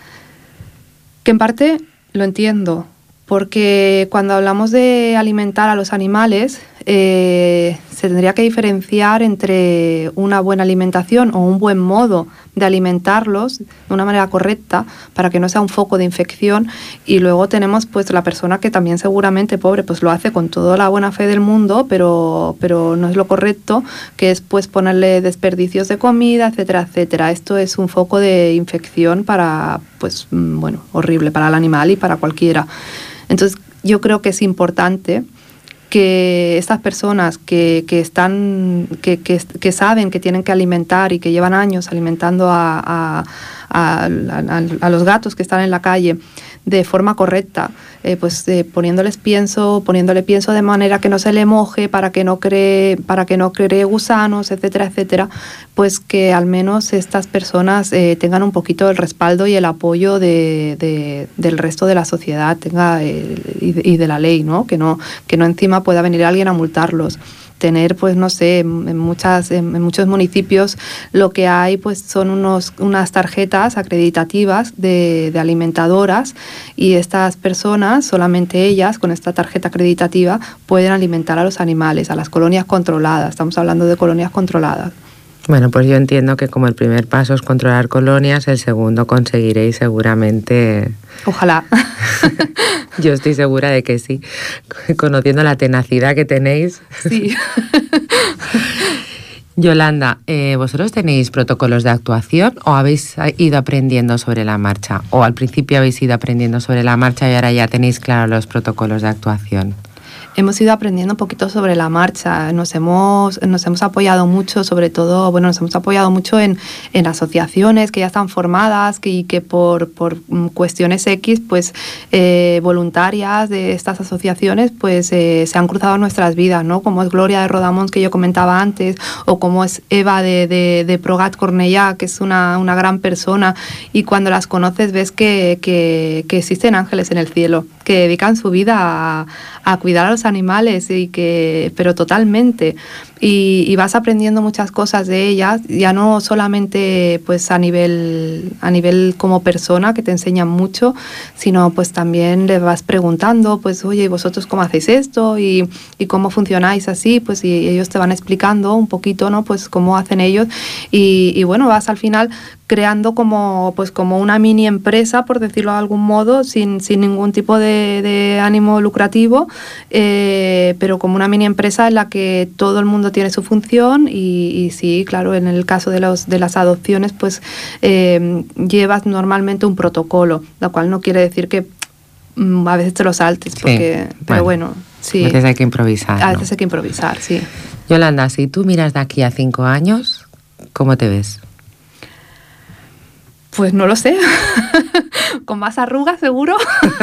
Que en parte lo entiendo, porque cuando hablamos de alimentar a los animales, eh, se tendría que diferenciar entre una buena alimentación o un buen modo de alimentarlos de una manera correcta para que no sea un foco de infección, y luego tenemos pues la persona que también seguramente, pobre, pues lo hace con toda la buena fe del mundo, pero, pero no es lo correcto, que es pues ponerle desperdicios de comida, etcétera, etcétera. Esto es un foco de infección para, pues bueno, horrible para el animal y para cualquiera. Entonces yo creo que es importante que estas personas que, que están que, que, que saben que tienen que alimentar y que llevan años alimentando a, a, a, a, a los gatos que están en la calle de forma correcta, eh, pues eh, poniéndoles pienso, poniéndole pienso de manera que no se le moje, para que no cree, para que no cree gusanos, etcétera, etcétera, pues que al menos estas personas eh, tengan un poquito el respaldo y el apoyo de, de, del resto de la sociedad, tenga eh, y, de, y de la ley, ¿no? Que no, que no encima pueda venir alguien a multarlos. Tener, pues no sé, en, muchas, en, en muchos municipios lo que hay pues son unos, unas tarjetas acreditativas de, de alimentadoras, y estas personas, solamente ellas, con esta tarjeta acreditativa, pueden alimentar a los animales, a las colonias controladas. Estamos hablando de colonias controladas. Bueno, pues yo entiendo que como el primer paso es controlar colonias, el segundo conseguiréis seguramente... Ojalá. Yo estoy segura de que sí, conociendo la tenacidad que tenéis. Sí. Yolanda, eh, ¿vosotros tenéis protocolos de actuación o habéis ido aprendiendo sobre la marcha? ¿O al principio habéis ido aprendiendo sobre la marcha y ahora ya tenéis claros los protocolos de actuación? Hemos ido aprendiendo un poquito sobre la marcha, nos hemos, nos hemos apoyado mucho, sobre todo, bueno, nos hemos apoyado mucho en, en asociaciones que ya están formadas que, y que por, por cuestiones X, pues eh, voluntarias de estas asociaciones, pues eh, se han cruzado en nuestras vidas, ¿no? Como es Gloria de Rodamons, que yo comentaba antes, o como es Eva de, de, de Progat Cornellà, que es una, una gran persona, y cuando las conoces ves que, que, que existen ángeles en el cielo, que dedican su vida a, a cuidar a los animales, y que, pero totalmente. y, y vas aprendiendo muchas cosas de ellas, ya no solamente pues a nivel, a nivel como persona, que te enseñan mucho, sino pues también le vas preguntando, pues oye, ¿vosotros cómo hacéis esto? Y, y cómo funcionáis así, pues y ellos te van explicando un poquito, ¿no? Pues cómo hacen ellos y, y bueno, vas al final creando como, pues como una mini empresa, por decirlo de algún modo, sin, sin ningún tipo de, de ánimo lucrativo, eh, pero como una mini empresa en la que todo el mundo tiene su función y, y sí, claro, en el caso de, los, de las adopciones, pues eh, llevas normalmente un protocolo, lo cual no quiere decir que mm, a veces te lo saltes, porque, sí, pero bueno, bueno, sí. A veces hay que improvisar. A veces ¿no? hay que improvisar, sí. Yolanda, si tú miras de aquí a cinco años, ¿cómo te ves? Pues no lo sé, con más arrugas seguro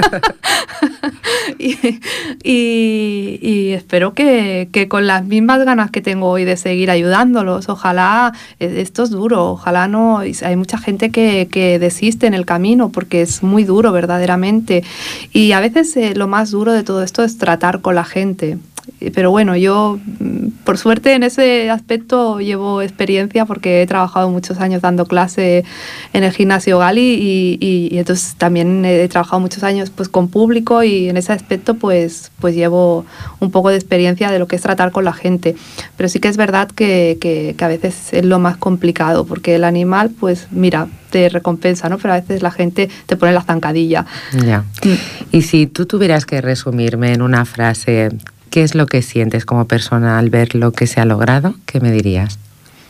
y, y, y espero que, que con las mismas ganas que tengo hoy de seguir ayudándolos. Ojalá, esto es duro, ojalá no, hay mucha gente que, que desiste en el camino porque es muy duro verdaderamente y a veces eh, lo más duro de todo esto es tratar con la gente. Pero bueno, yo por suerte en ese aspecto llevo experiencia porque he trabajado muchos años dando clase en el gimnasio Gali y, y, y entonces también he trabajado muchos años pues con público y en ese aspecto pues, pues llevo un poco de experiencia de lo que es tratar con la gente. Pero sí que es verdad que, que, que a veces es lo más complicado porque el animal pues mira, te recompensa, ¿no? Pero a veces la gente te pone la zancadilla. Ya. Mm. Y si tú tuvieras que resumirme en una frase, ¿qué es lo que sientes como persona al ver lo que se ha logrado? ¿Qué me dirías?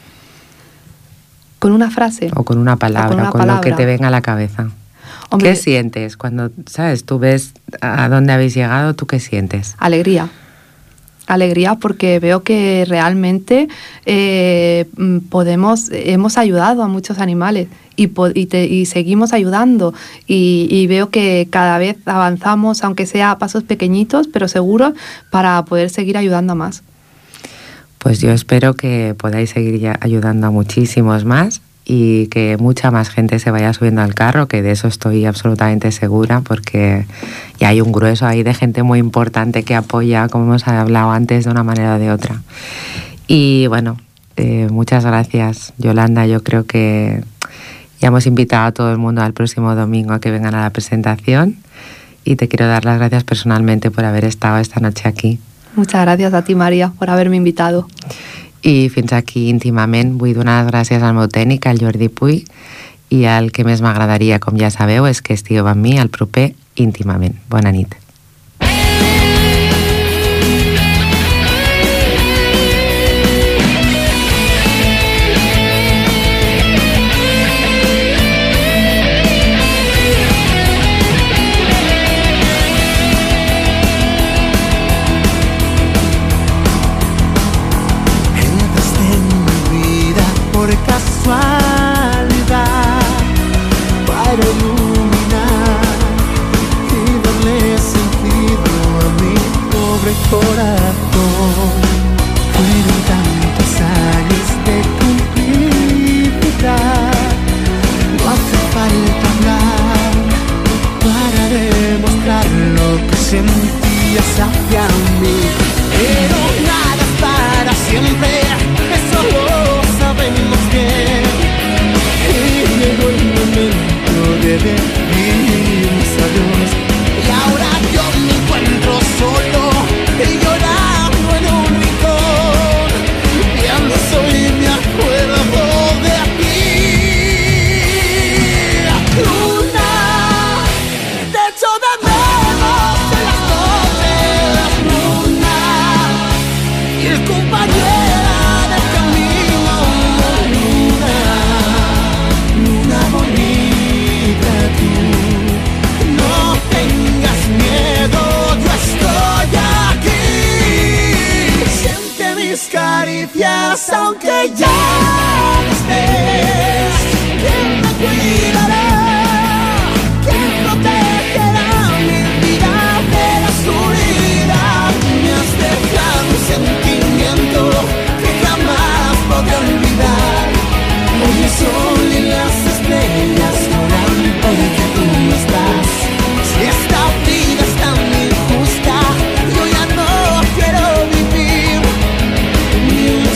¿Con una frase? O con una palabra, o con, una con palabra. Lo que te venga a la cabeza. Hombre, ¿qué sientes cuando, sabes, tú ves a dónde habéis llegado, tú qué sientes? Alegría. Alegría porque veo que realmente eh, podemos, hemos ayudado a muchos animales y, y, te, y seguimos ayudando y, y veo que cada vez avanzamos, aunque sea a pasos pequeñitos, pero seguros, para poder seguir ayudando a más. Pues yo espero que podáis seguir ya ayudando a muchísimos más y que mucha más gente se vaya subiendo al carro, que de eso estoy absolutamente segura, porque ya hay un grueso ahí de gente muy importante que apoya, como hemos hablado antes, de una manera o de otra. Y bueno, eh, muchas gracias, Yolanda. Yo creo que ya hemos invitado a todo el mundo al próximo domingo a que vengan a la presentación y te quiero dar las gracias personalmente por haber estado esta noche aquí. Muchas gracias a ti, Maria, por haberme invitado. I fins aquí íntimament vull donar les gràcies al meu tècnic, al Jordi Puy, i el que més m'agradaria, com ja sabeu, és que estigueu amb mi el proper íntimament. Bona nit. Aunque ya no estés, ¿quién me cuidará? ¿Quién protegerá mi vida de la oscuridad? Me has dejado un sentimiento que jamás podré olvidar. Hoy el sol y las estrellas lloran porque tú no estás. Si esta vida es tan injusta, yo ya no quiero vivir.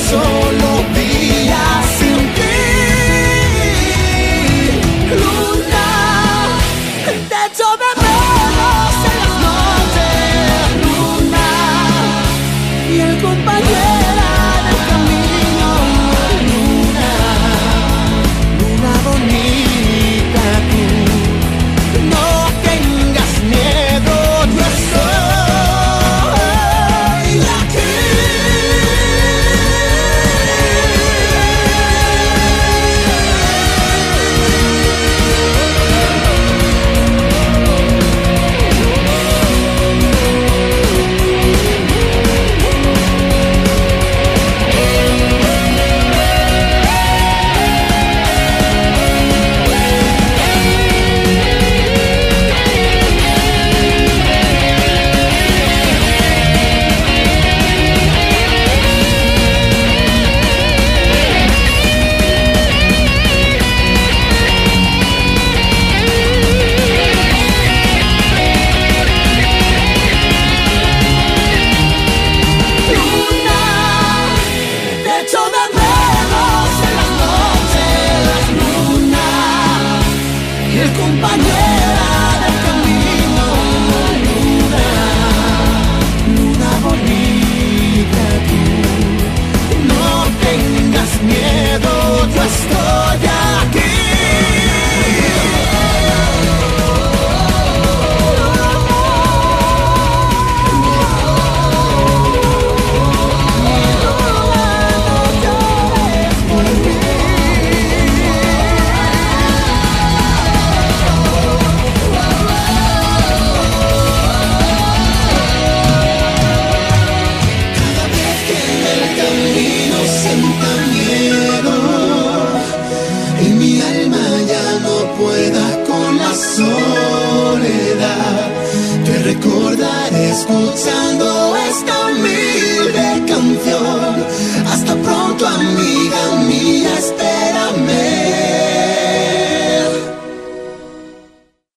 escuchando esta